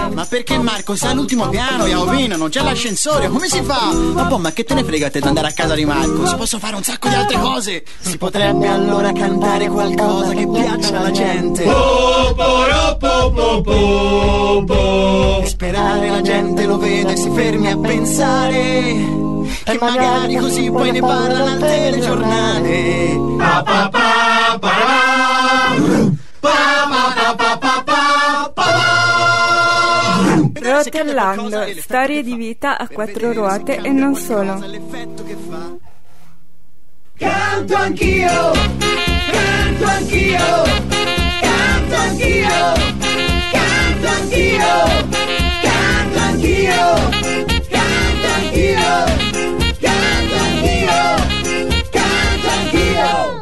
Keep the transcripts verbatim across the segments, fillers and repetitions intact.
Ma perché Marco sei all'ultimo piano, Iaovino, non c'è l'ascensore, come si fa? Ma boh, ma che te ne frega te di andare a casa di Marco? Si possono fare un sacco di altre cose. Si potrebbe allora cantare qualcosa che piaccia alla gente e sperare la gente lo veda e si fermi a pensare che magari così poi ne parlano al telegiornale. Pa pa pa pa Rotellando, storie di vita a quattro ruote e non solo. Canto anch'io, canto anch'io, canto anch'io, canto anch'io, canto anch'io, canto anch'io, canto anch'io, canto anch'io.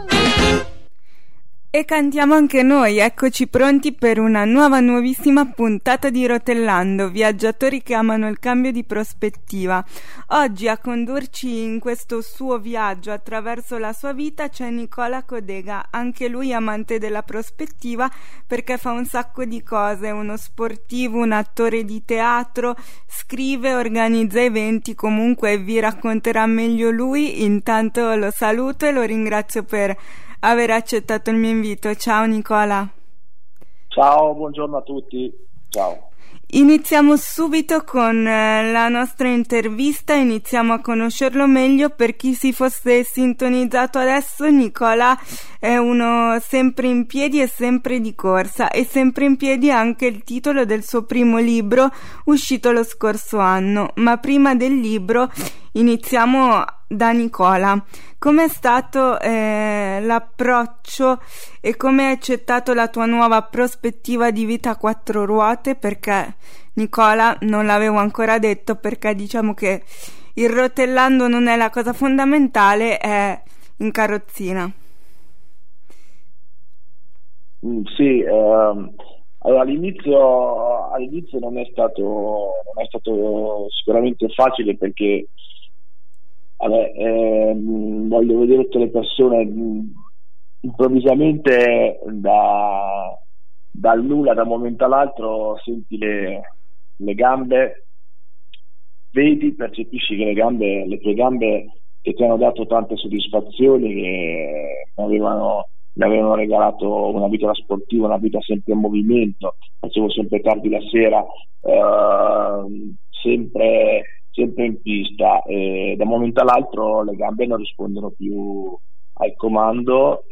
E cantiamo anche noi, eccoci pronti per una nuova nuovissima puntata di Rotellando, viaggiatori che amano il cambio di prospettiva. Oggi a condurci in questo suo viaggio attraverso la sua vita c'è Nicola Codega, anche lui amante della prospettiva perché fa un sacco di cose, uno sportivo, un attore di teatro, scrive, organizza eventi, comunque vi racconterà meglio lui. Intanto lo saluto e lo ringrazio per aver accettato il mio invito. Ciao Nicola. Ciao, buongiorno a tutti. Ciao. Iniziamo subito con eh, la nostra intervista, iniziamo a conoscerlo meglio. Per chi si fosse sintonizzato adesso, Nicola è uno sempre in piedi e sempre di corsa, e sempre in piedi è anche il titolo del suo primo libro uscito lo scorso anno. Ma prima del libro iniziamo da Nicola. Com'è stato eh, l'approccio e come hai accettato la tua nuova prospettiva di vita a quattro ruote? Perché Nicola non l'avevo ancora detto, perché diciamo che il rotellando non è la cosa fondamentale, è in carrozzina. Mm, sì, ehm, allora all'inizio, all'inizio non è stato non è stato sicuramente facile, perché vabbè, ehm, voglio vedere tutte le persone mh, improvvisamente da, dal nulla, da un momento all'altro senti le, le gambe, vedi, percepisci che le gambe, le tue gambe che ti hanno dato tante soddisfazioni, che mi avevano, mi avevano regalato una vita da sportivo, una vita sempre in movimento, facevo sempre tardi la sera, eh, sempre sempre in pista, e da un momento all'altro le gambe non rispondono più al comando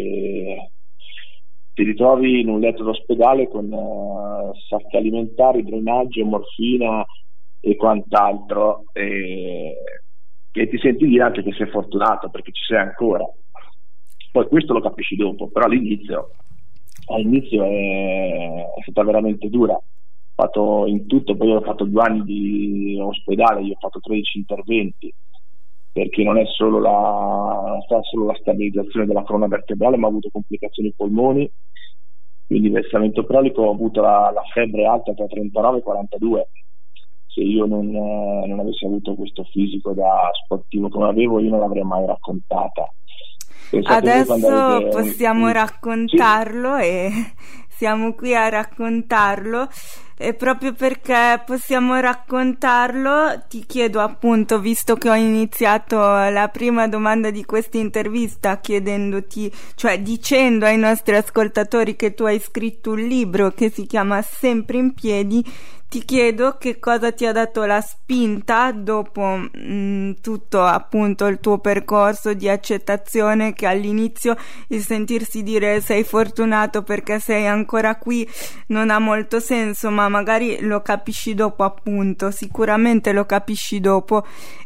e ti ritrovi in un letto d'ospedale con uh, sacchi alimentari, drenaggio, morfina e quant'altro, e, e ti senti dire anche che sei fortunato perché ci sei ancora. Poi questo lo capisci dopo, però all'inizio all'inizio è, è stata veramente dura. Fatto in tutto, poi ho fatto due anni di ospedale, io ho fatto tredici interventi, perché non è solo la, sta solo la stabilizzazione della colonna vertebrale, ma ho avuto complicazioni ai polmoni, quindi versamento prolico, ho avuto la, la febbre alta tra trentanove e quarantadue. Se io non, eh, non avessi avuto questo fisico da sportivo come avevo, io non l'avrei mai raccontata. Pensate Adesso avete... possiamo sì. raccontarlo, e siamo qui a raccontarlo, e proprio perché possiamo raccontarlo ti chiedo, appunto, visto che ho iniziato la prima domanda di questa intervista chiedendoti, cioè dicendo ai nostri ascoltatori che tu hai scritto un libro che si chiama Sempre in piedi, ti chiedo che cosa ti ha dato la spinta dopo mh, tutto, appunto, il tuo percorso di accettazione, che all'inizio il sentirsi dire sei fortunato perché sei ancora qui non ha molto senso, ma magari lo capisci dopo, appunto, sicuramente lo capisci dopo,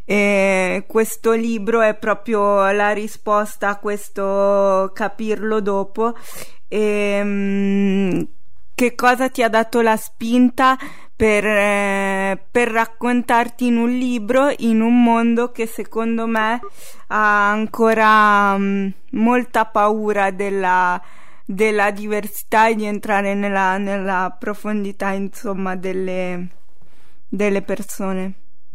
e questo libro è proprio la risposta a questo capirlo dopo. E mh, che cosa ti ha dato la spinta per, eh, per raccontarti in un libro in un mondo che secondo me ha ancora mh, molta paura della, della diversità e di entrare nella, nella profondità, insomma, delle, delle persone?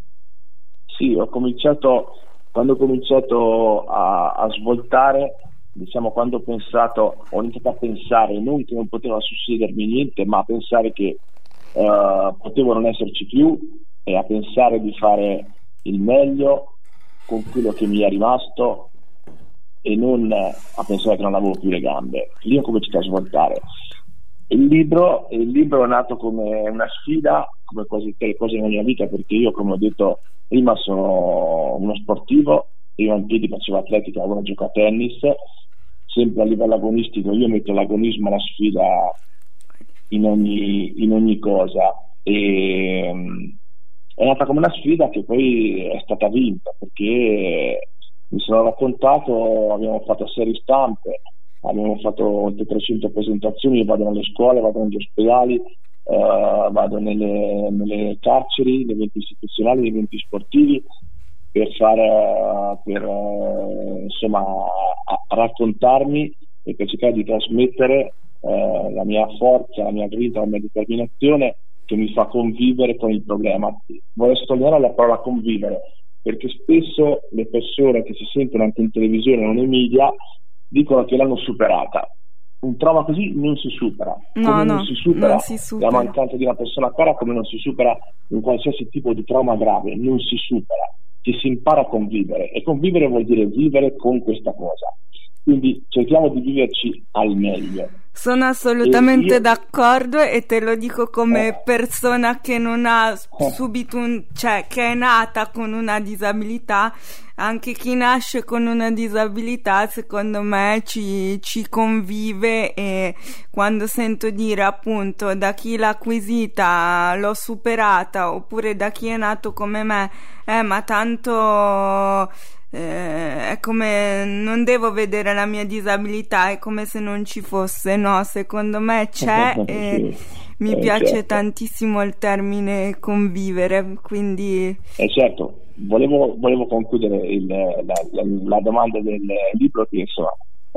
Sì, ho cominciato, quando ho cominciato a, a svoltare, diciamo, quando ho pensato, ho iniziato a pensare non che non poteva succedermi niente, ma a pensare che uh, potevo non esserci più, e a pensare di fare il meglio con quello che mi è rimasto e non a pensare che non avevo più le gambe. Lì ho cominciato a svoltare. Il libro, il libro è nato come una sfida, come quasi tutte le cose nella mia vita, perché io, come ho detto prima, sono uno sportivo, io in piedi facevo atletica, ora gioco a tennis, sempre a livello agonistico. Io metto l'agonismo alla sfida in ogni, in ogni cosa, e um, è nata come una sfida che poi è stata vinta, perché mi sono raccontato, abbiamo fatto serie stampe, abbiamo fatto oltre trecento presentazioni, io vado nelle scuole, vado negli ospedali, uh, vado nelle, nelle carceri, nei eventi istituzionali, nei eventi sportivi, per fare, per uh, insomma a, a raccontarmi e per cercare di trasmettere uh, la mia forza, la mia grinta, la mia determinazione, che mi fa convivere con il problema. Vorrei sottolineare la parola convivere, perché spesso le persone che si sentono anche in televisione o nei media dicono che l'hanno superata. Un trauma così non si supera. No, come no, non si supera, non si supera la mancanza di una persona cara, come non si supera un qualsiasi tipo di trauma grave, non si supera, ci si impara a convivere, e convivere vuol dire vivere con questa cosa. Quindi cerchiamo di viverci al meglio. Sono assolutamente io... d'accordo, e te lo dico come eh. persona che non ha eh. subito un, cioè che è nata con una disabilità. Anche chi nasce con una disabilità, secondo me, ci, ci convive, e quando sento dire appunto da chi l'ha acquisita l'ho superata, oppure da chi è nato come me, eh ma tanto eh, è come non devo vedere la mia disabilità, è come se non ci fosse. No, secondo me c'è, e sì. mi eh, piace certo. tantissimo il termine convivere, quindi eh certo. Volevo, volevo concludere il, la, la, la domanda del libro, che insomma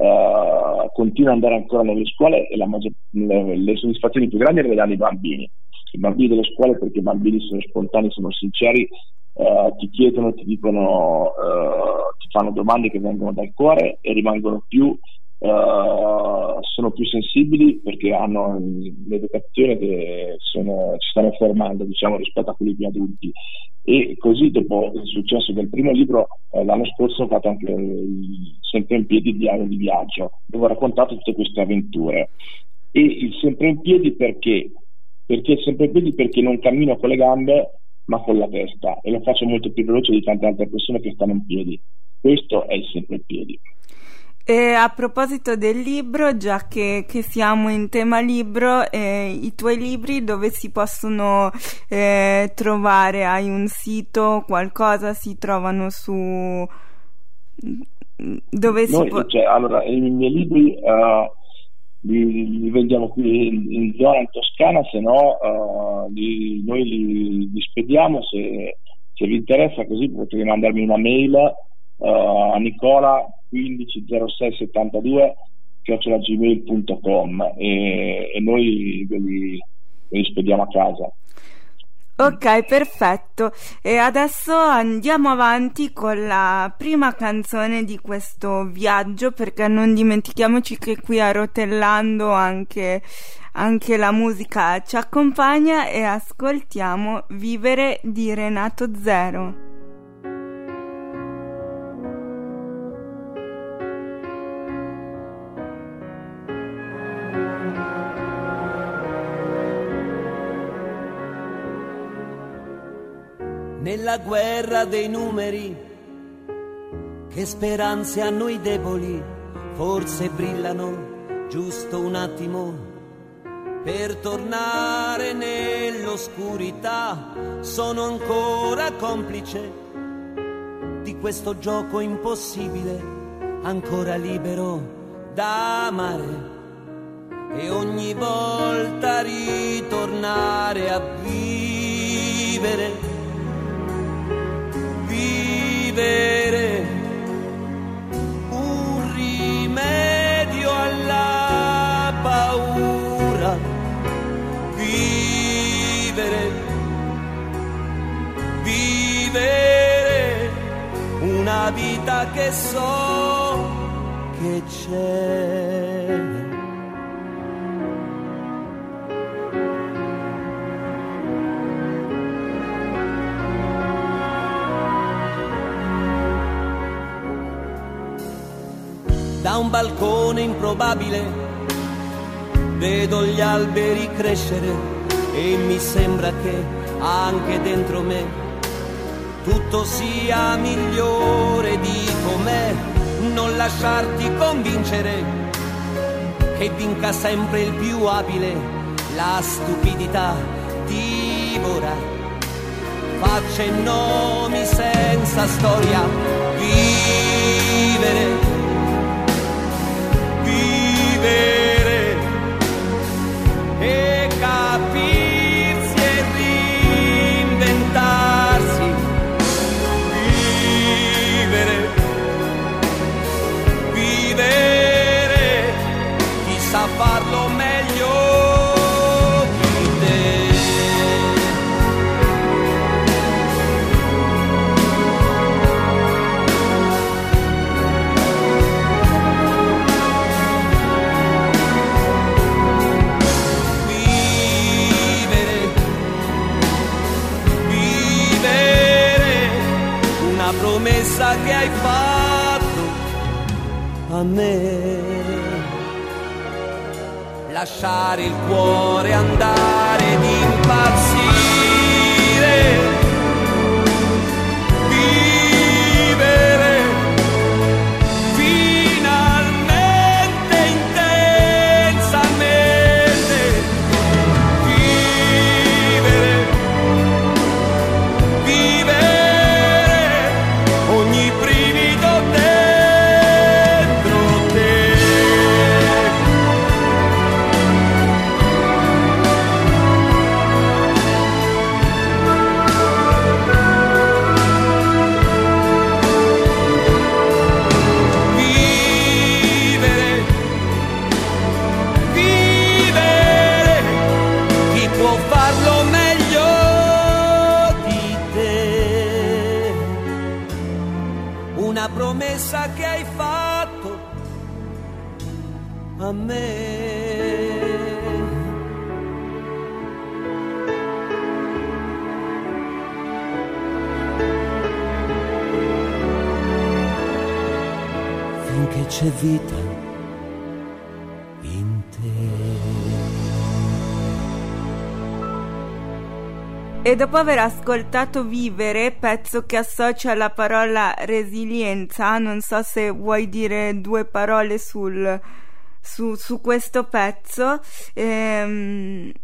uh, continua ad andare ancora nelle scuole, e la maggior, le, le soddisfazioni più grandi le danno i bambini i bambini delle scuole, perché i bambini sono spontanei, sono sinceri, uh, ti chiedono, ti dicono, uh, ti fanno domande che vengono dal cuore e rimangono più Uh, sono più sensibili, perché hanno l'educazione che sono, ci stanno formando, diciamo, rispetto a quelli più adulti. E così, dopo il successo del primo libro, eh, l'anno scorso ho fatto anche il Sempre in Piedi, diario di viaggio, dove ho raccontato tutte queste avventure. E il Sempre in Piedi perché? Perché il Sempre in Piedi perché non cammino con le gambe ma con la testa, e lo faccio molto più veloce di tante altre persone che stanno in piedi. Questo è il Sempre in Piedi. E a proposito del libro, già che, che siamo in tema libro, eh, i tuoi libri dove si possono eh, trovare? Hai un sito, qualcosa? Si trovano su... dove si Noi, può... cioè, allora, i miei libri uh, li, li vendiamo qui in, in zona, in Toscana, se no uh, li, noi li, li spediamo. Se, se vi interessa, così potete mandarmi una mail uh, a Nicola quindici zero sei settantadue chiocciola gmail punto com, e, e noi ve li, ve li spediamo a casa. Ok, perfetto. E adesso andiamo avanti con la prima canzone di questo viaggio, perché non dimentichiamoci che qui a Rotellando anche, anche la musica ci accompagna, e ascoltiamo Vivere di Renato Zero. Nella guerra dei numeri, che speranze hanno i deboli, forse brillano giusto un attimo per tornare nell'oscurità. Sono ancora complice di questo gioco impossibile, ancora libero da amare, e ogni volta ritornare a vivere. Vivere, un rimedio alla paura. Vivere, vivere una vita che so che c'è. Da un balcone improbabile vedo gli alberi crescere e mi sembra che anche dentro me tutto sia migliore di com'è. Non lasciarti convincere che vinca sempre il più abile, la stupidità divora facce e nomi senza storia. Vivere, vivere e capirsi e reinventarsi. Vivere, vivere, chi sa farlo meglio di te. Promessa che hai fatto a me, lasciare il cuore andare ed impazzire, vivere finalmente intensamente, vivere, vivere ogni brivido dentro te. Vivere, vivere, chi può farlo meglio di te? Una promessa che hai fatto a me. Finché c'è vita in te. E dopo aver ascoltato Vivere, pezzo che associa la parola resilienza, non so se vuoi dire due parole sul, su, su questo pezzo. Ehm,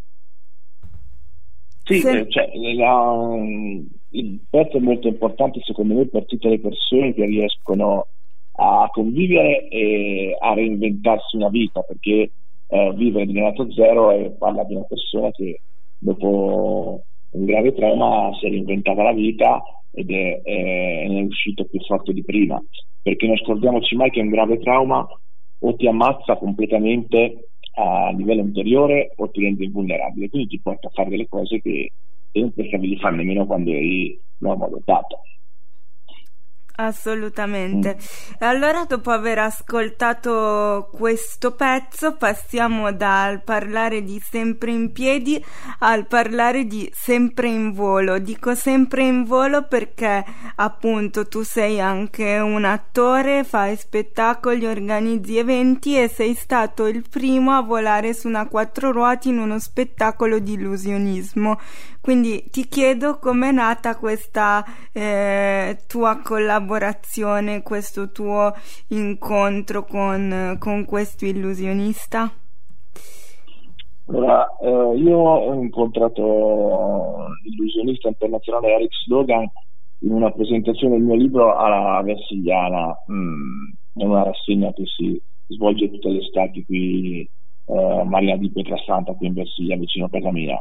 Sì, se... eh, cioè, la- il pezzo è molto importante secondo me per tutte le persone che riescono a convivere e a reinventarsi una vita, perché eh, Vivere di Renato Zero è- parla di una persona che dopo un grave trauma si è reinventata la vita ed è, è, ne è uscito più forte di prima, perché non scordiamoci mai che un grave trauma o ti ammazza completamente a livello interiore o ti rende invulnerabile, quindi ti porta a fare delle cose che che non pensavi di fare nemmeno quando eri normodotato. Assolutamente. Allora, dopo aver ascoltato questo pezzo, passiamo dal parlare di Sempre in piedi al parlare di Sempre in volo. Dico sempre in volo perché appunto tu sei anche un attore, fai spettacoli, organizzi eventi e sei stato il primo a volare su una quattro ruote in uno spettacolo di illusionismo. Quindi ti chiedo com'è nata questa eh, tua collaborazione, questo tuo incontro con, con questo illusionista? Allora, eh, io ho incontrato l'illusionista internazionale Eric Slogan in una presentazione del mio libro a Versigliana, mh, in una rassegna che si svolge tutte le estati qui eh, Marina di Pietrasanta, qui in Versilia, vicino a casa mia.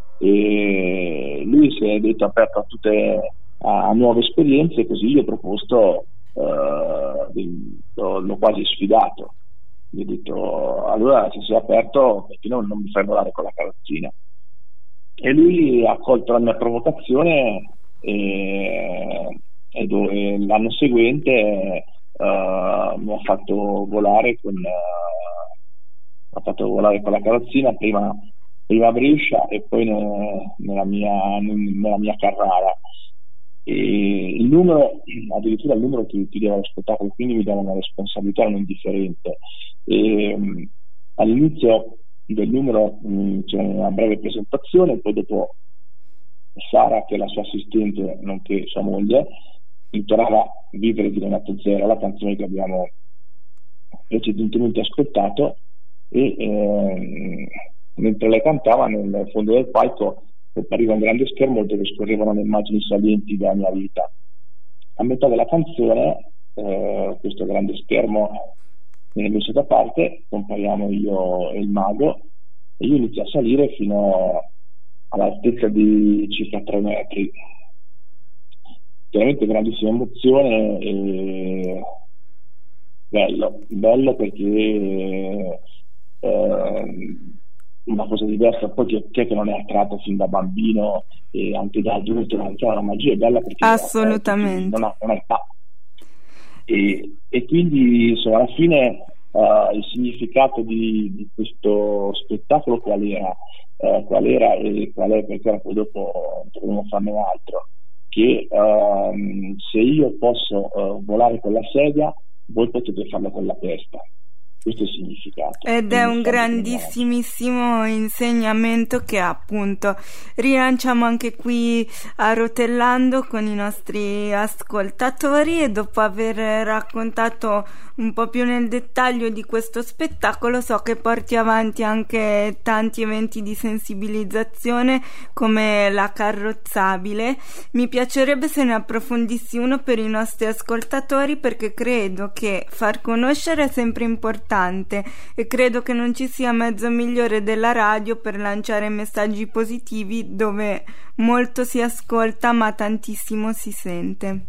E lui si è detto aperto a tutte a nuove esperienze, così io ho proposto, eh, di, l'ho, l'ho quasi sfidato, gli ho detto allora se sei aperto perché non, non mi fai volare con la carrozzina, e lui ha accolto la mia provocazione e, e dove, l'anno seguente uh, mi ha fatto volare con uh, ha fatto volare con la carrozzina prima prima a Brescia e poi ne, nella, mia, nella mia Carrara, e il numero, addirittura il numero ti, ti dava lo spettacolo, quindi mi dava una responsabilità non indifferente. E, um, all'inizio del numero um, c'è una breve presentazione, poi dopo Sara, che è la sua assistente nonché sua moglie, intonava Vivere di Renato Zero, la canzone che abbiamo precedentemente ascoltato, e ehm, mentre lei cantava, nel fondo del palco appariva un grande schermo dove scorrevano le immagini salienti della mia vita. A metà della canzone eh, questo grande schermo viene messo da parte, compariamo io e il mago, e io inizio a salire fino all'altezza di circa tre metri. Veramente grandissima emozione e bello, bello perché eh, una cosa diversa, poi che, che non è attratto fin da bambino e anche da adulto, la magia è bella perché assolutamente non ha, non ha età. E, e quindi insomma, alla fine uh, il significato di, di questo spettacolo qual era, uh, qual era e qual è, perché ora poi dopo dovremo farne altro, che uh, se io posso uh, volare con la sedia, voi potete farlo con la testa. Questo è il significato. Ed è un grandissimissimo insegnamento che appunto rilanciamo anche qui a Rotellando con i nostri ascoltatori, e dopo aver raccontato un po' più nel dettaglio di questo spettacolo so che porti avanti anche tanti eventi di sensibilizzazione come la carrozzabile. Mi piacerebbe se ne approfondissi uno per i nostri ascoltatori, perché credo che far conoscere è sempre importante e credo che non ci sia mezzo migliore della radio per lanciare messaggi positivi dove molto si ascolta ma tantissimo si sente.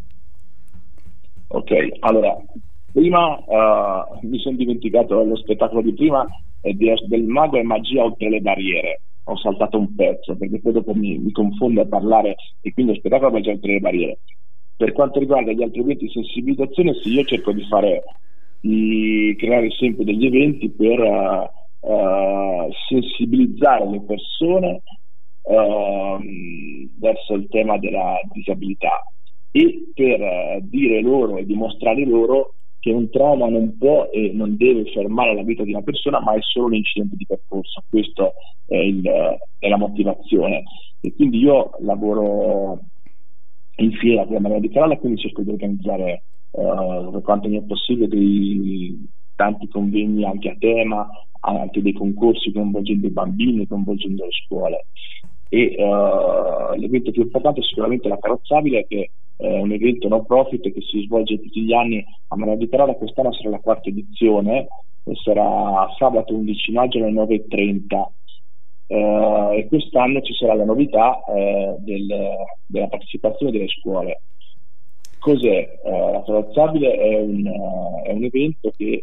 Ok, allora prima uh, mi sono dimenticato lo spettacolo di prima eh, del mago e magia oltre le barriere. Ho saltato un pezzo perché poi dopo mi, mi confondo a parlare, e quindi lo spettacolo magia oltre le barriere. Per quanto riguarda gli altri eventi di sensibilizzazione, sì, io cerco di fare di creare sempre degli eventi per uh, uh, sensibilizzare le persone uh, verso il tema della disabilità e per uh, dire loro e dimostrare loro che un trauma non può e non deve fermare la vita di una persona, ma è solo un incidente di percorso. Questa è, il, è la motivazione, e quindi io lavoro in fiera con la Maria di Carola, quindi cerco di organizzare Uh, per quanto mi è possibile dei tanti convegni anche a tema, anche dei concorsi coinvolgendo i bambini, coinvolgendo le scuole. E uh, l'evento più importante è sicuramente la carrozzabile, che è un evento no profit che si svolge tutti gli anni a Maria di Carola. Quest'anno sarà la quarta edizione e sarà sabato undici maggio alle nove e trenta. Uh, e quest'anno ci sarà la novità uh, del, della partecipazione delle scuole. Cos'è? Uh, la carrozzabile è un, uh, è un evento che,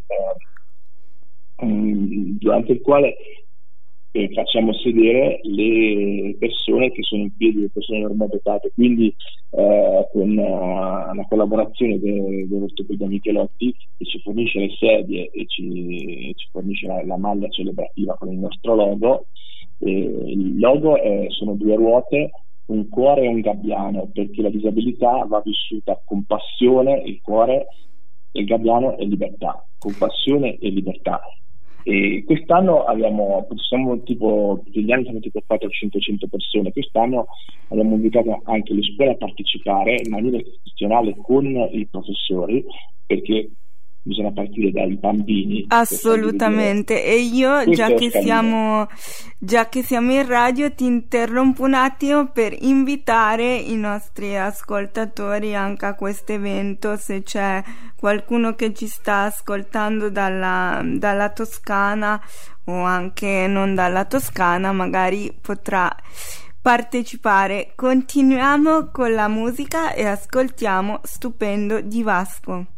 uh, um, durante il quale eh, facciamo sedere le persone che sono in piedi, le persone normodotate, quindi uh, con uh, una collaborazione de- dell'ortopedia Michelotti, che ci fornisce le sedie e ci, ci fornisce la, la maglia celebrativa con il nostro logo. E il logo è, sono due ruote, un cuore e un gabbiano, perché la disabilità va vissuta con passione, il cuore, e il gabbiano è libertà, con passione e libertà. E quest'anno abbiamo, siamo tipo, tutti gli anni siamo tipo quattrocento persone, quest'anno abbiamo invitato anche le scuole a partecipare in maniera istituzionale con i professori, perché bisogna partire dai bambini. Assolutamente. E io, già che siamo già che siamo in radio, ti interrompo un attimo per invitare i nostri ascoltatori anche a questo evento. Se c'è qualcuno che ci sta ascoltando dalla, dalla Toscana o anche non dalla Toscana, magari potrà partecipare. Continuiamo con la musica e ascoltiamo Stupendo di Vasco.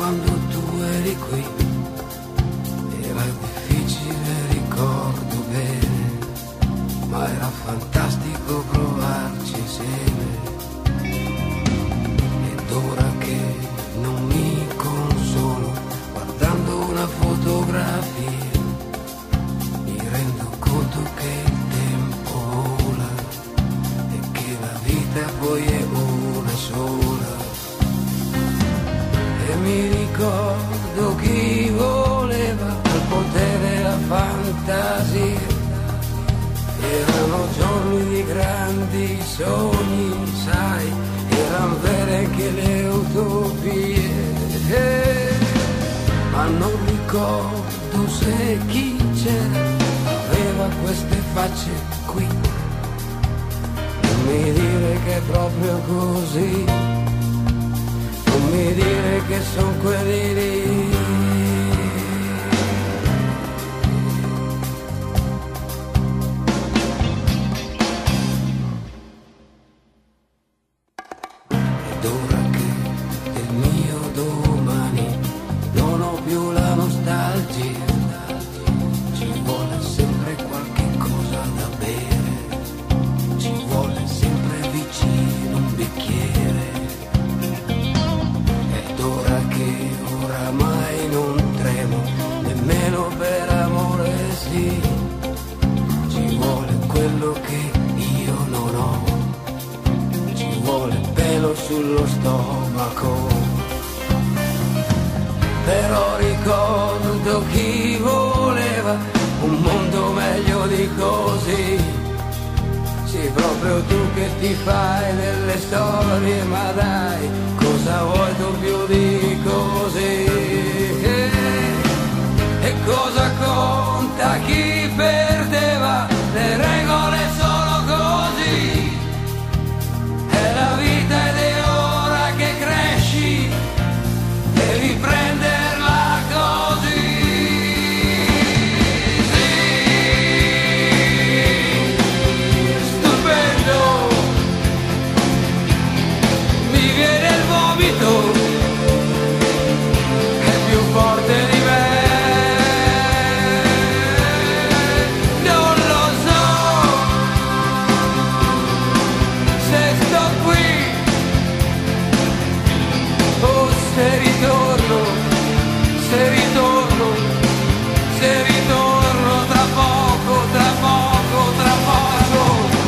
quando tu eri qui, era difficile, ricordo bene, ma era fantastico provarci insieme. Ed ora che non mi consolo guardando una fotografia, mi rendo conto che il tempo vola e che la vita poi è una sola. E mi ricordo chi voleva il potere e la fantasia. Erano giorni di grandi sogni, sai, erano vere anche le utopie. Eh, ma non ricordo se chi c'era aveva queste facce qui. Non mi dire che è proprio così, non mi dire che sono quelli lì. Ed ora che del mio domani non ho più la nostalgia, ci vuole sempre qualche cosa da bere, ci vuole sempre vicino un bicchiere. Ed ora che oramai non tremo nemmeno per amore, sì, ci vuole quello che io non ho, ci vuole pelo sullo stomaco. Però ricordo chi voleva un mondo meglio di così. Sì, proprio tu che ti fai delle storie, ma dai, cosa vuoi tu più di così? E, e cosa conta chi perdeva? Le regole sono così. È la vita ed è ora che cresci, devi prenderla così. Sì, stupendo, mi viene il vomito, è più forte di me. Non lo so se sto qui o se ritorno, se ritorno, se ritorno tra poco, tra poco, tra poco.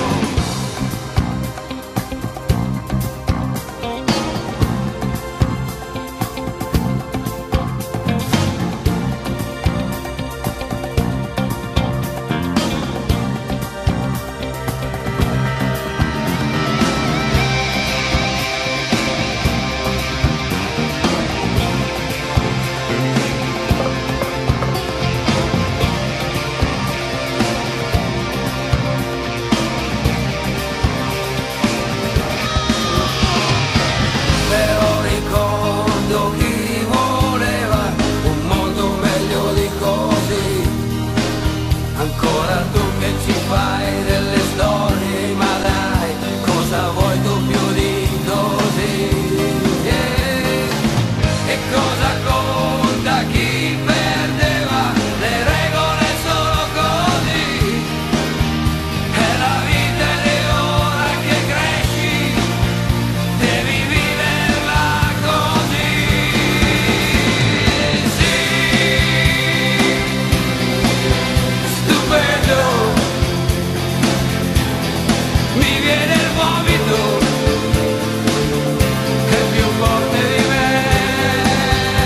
Però ricordo chi voleva un mondo meglio di così. Ancora tu che ci fai delle storie, ma dai, cosa vuoi tu più di così? Yeah. E cosa conta chi perdeva? Le regole sono così. È la vita ed è ora che cresci, devi viverla così. Sì, stupendo, mi viene il vomito, è più forte di me.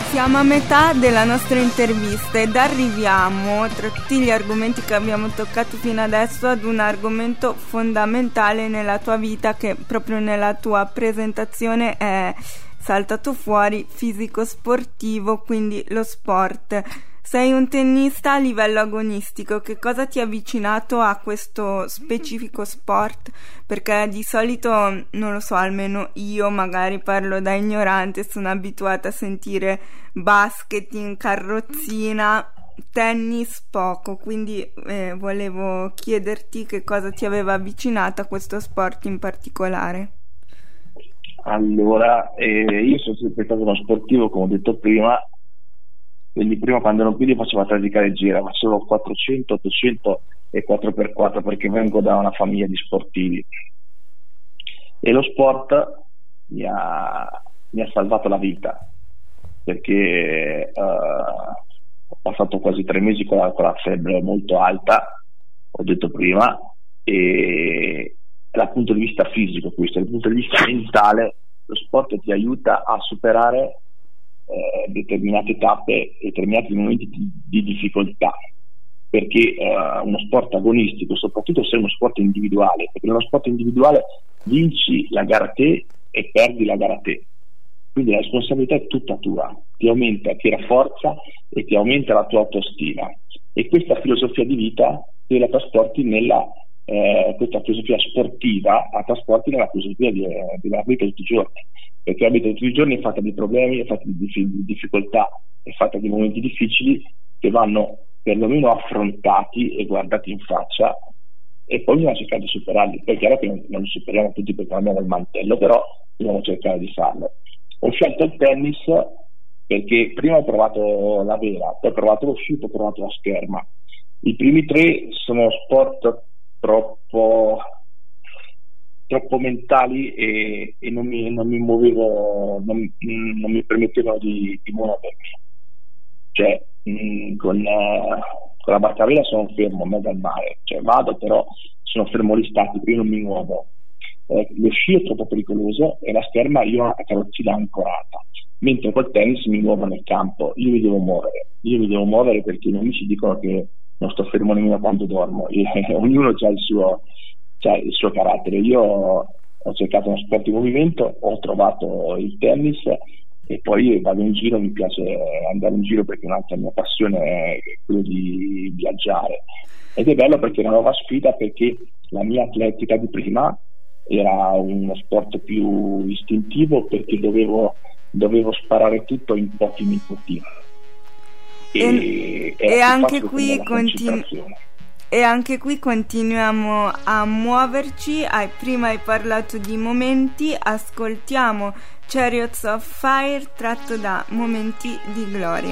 Siamo a metà della nostra intervista ed arriviamo, tra tutti gli argomenti che abbiamo toccato fino adesso, ad un argomento fondamentale nella tua vita, che proprio nella tua presentazione è saltato fuori: fisico sportivo, quindi lo sport. Sei un tennista a livello agonistico. Che cosa ti ha avvicinato a questo specifico sport? Perché di solito, non lo so, almeno io magari parlo da ignorante, sono abituata a sentire basket in carrozzina, tennis poco, quindi eh, volevo chiederti che cosa ti aveva avvicinato a questo sport in particolare. Allora, eh, io sono sempre stato uno sportivo, come ho detto prima. Quindi prima, quando ero piccolo, facevo atletica leggera, facevo quattrocento, ottocento e quattro per quattro, perché vengo da una famiglia di sportivi e lo sport mi ha, mi ha salvato la vita, perché uh, ho passato quasi tre mesi con la, con la febbre molto alta, ho detto prima, e dal punto di vista fisico, questo dal punto di vista mentale, lo sport ti aiuta a superare Eh, determinate tappe, determinati momenti di, di difficoltà, perché eh, uno sport agonistico, soprattutto se è uno sport individuale, perché nello sport individuale vinci la gara a te e perdi la gara a te, quindi la responsabilità è tutta tua, ti aumenta, ti rafforza e ti aumenta la tua autostima, e questa filosofia di vita te la trasporti nella eh, questa filosofia sportiva la trasporti nella filosofia di, eh, della vita tutti i giorni, perché la vita tutti i giorni è fatta di problemi, è fatta di, di difficoltà, è fatta di momenti difficili che vanno perlomeno affrontati e guardati in faccia, e poi bisogna cercare di superarli. Poi è chiaro che non, non li superiamo tutti perché non abbiamo il mantello, però dobbiamo cercare di farlo. Ho scelto il tennis perché prima ho provato la vera, poi ho provato lo sci, poi ho provato la scherma. I primi tre sono sport troppo troppo mentali e, e non, mi, non mi muovevo, non, non mi permettevano di, di muovermi. Cioè, mh, con, uh, con la barca a vela sono fermo in mezzo al mare, cioè vado, però sono fermo lì statico, io non mi muovo. Eh, lo sci è troppo pericoloso e la scherma io ho la carrozzina ancorata, mentre col tennis mi muovo nel campo, io mi devo muovere, io mi devo muovere perché i miei amici dicono che non sto fermo nemmeno quando dormo, e, eh, ognuno ha il suo Cioè, il suo carattere. Io ho cercato uno sport di movimento, ho trovato il tennis e poi vado in giro, mi piace andare in giro perché un'altra mia passione è quello di viaggiare, ed è bello perché è una nuova sfida, perché la mia atletica di prima era uno sport più istintivo, perché dovevo, dovevo sparare tutto in pochi minuti e, e, e anche qui continu- E anche qui continuiamo a muoverci. Hai, prima hai parlato di momenti, ascoltiamo Chariots of Fire tratto da Momenti di Gloria.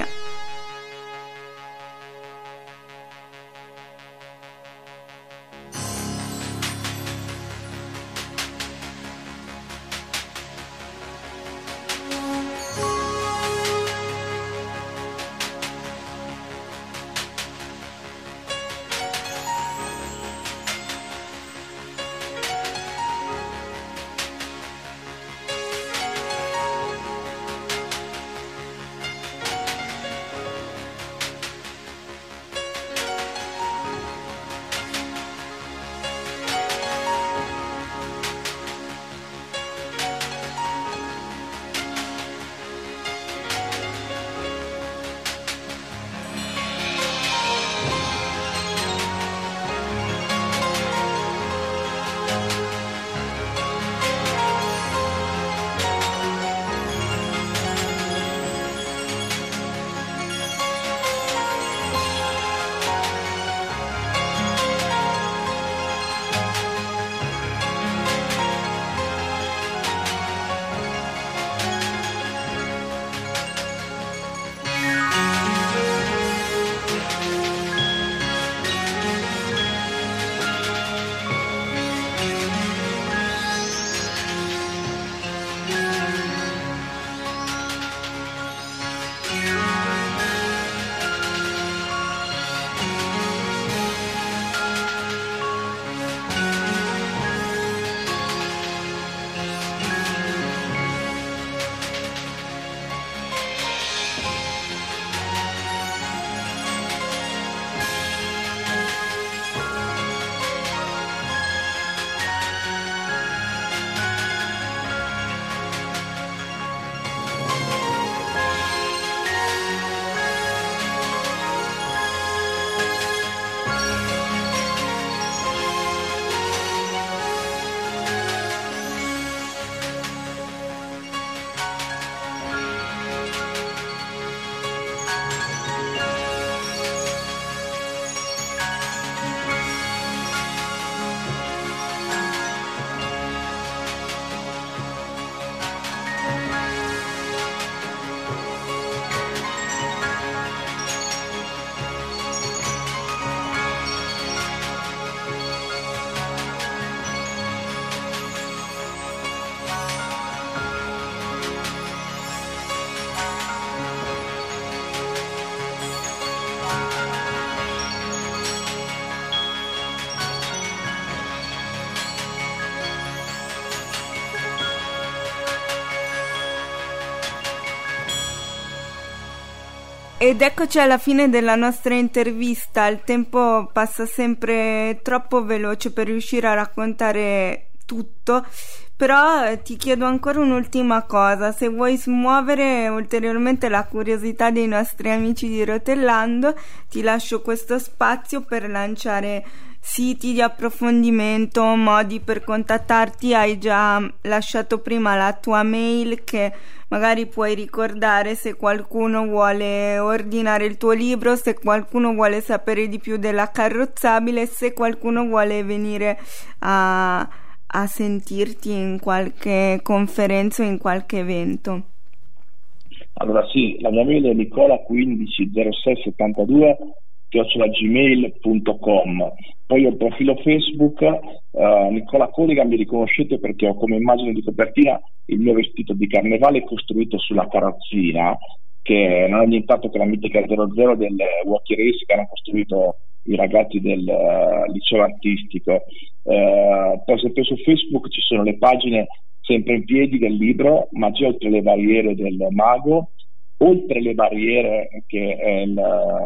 Ed eccoci alla fine della nostra intervista. Il tempo passa sempre troppo veloce per riuscire a raccontare tutto, però eh, ti chiedo ancora un'ultima cosa: se vuoi smuovere ulteriormente la curiosità dei nostri amici di Rotellando, ti lascio questo spazio per lanciare siti di approfondimento, modi per contattarti. Hai già lasciato prima la tua mail, che magari puoi ricordare se qualcuno vuole ordinare il tuo libro, se qualcuno vuole sapere di più della Carrozzabile, se qualcuno vuole venire a, a sentirti in qualche conferenza o in qualche evento. Allora sì, la mia mail è nicola quindici zero sei settantadue chiocciola gmail punto com. Poi ho il profilo Facebook uh, Nicola Codiga, mi riconoscete perché ho come immagine di copertina il mio vestito di carnevale costruito sulla carrozzina, che non è nient'altro che la mitica zero zero del Walkie Race che hanno costruito i ragazzi del uh, liceo artistico. Uh, poi sempre su Facebook ci sono le pagine sempre in piedi del libro Magia oltre le barriere del mago, oltre le barriere, che è il,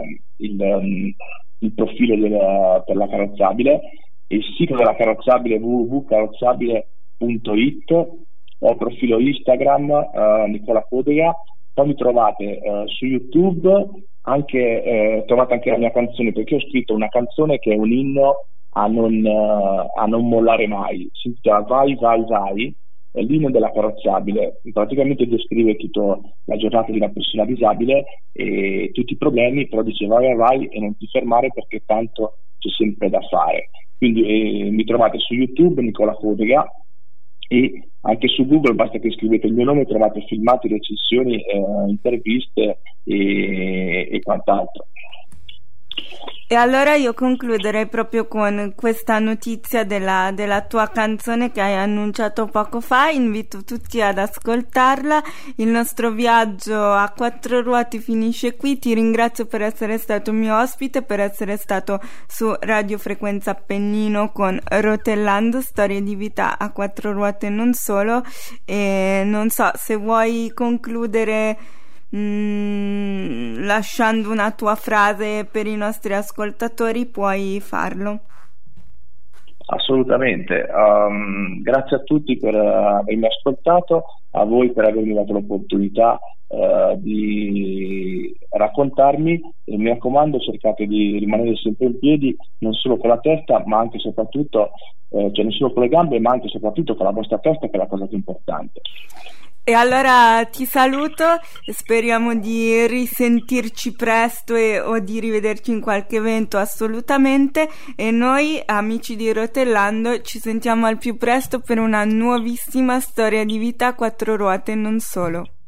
il, il profilo della, per la carrozzabile, il sito della carrozzabile w w w punto carrozzabile punto i t, ho il profilo Instagram uh, Nicola Codega. Poi mi trovate uh, su YouTube, anche eh, trovate anche la mia canzone, perché ho scritto una canzone che è un inno a non, uh, a non mollare mai, si intitola Vai Vai Vai, è l'inno della carrozzabile. Praticamente descrive tutta la giornata di una persona disabile e tutti i problemi, però dice vai vai vai e non ti fermare perché tanto c'è sempre da fare. Quindi eh, mi trovate su YouTube Nicola Codega, e anche su Google basta che scrivete il mio nome, trovate filmati, recensioni, eh, interviste e, e quant'altro. E allora io concluderei proprio con questa notizia della, della tua canzone che hai annunciato poco fa. Invito tutti ad ascoltarla. Il nostro viaggio a quattro ruote finisce qui. Ti ringrazio per essere stato mio ospite, per essere stato su Radio Frequenza Appennino con Rotellando, storie di vita a quattro ruote e non solo. E non so se vuoi concludere Mm, lasciando una tua frase per i nostri ascoltatori, puoi farlo. Assolutamente, um, grazie a tutti per uh, avermi ascoltato, a voi per avermi dato l'opportunità uh, di raccontarmi, e mi raccomando cercate di rimanere sempre in piedi, non solo con la testa ma anche e soprattutto, uh, cioè non solo con le gambe ma anche e soprattutto con la vostra testa, che è la cosa più importante. E allora ti saluto, speriamo di risentirci presto e, o di rivederci in qualche evento assolutamente, e noi amici di Rotellando ci sentiamo al più presto per una nuovissima storia di vita a quattro ruote e non solo.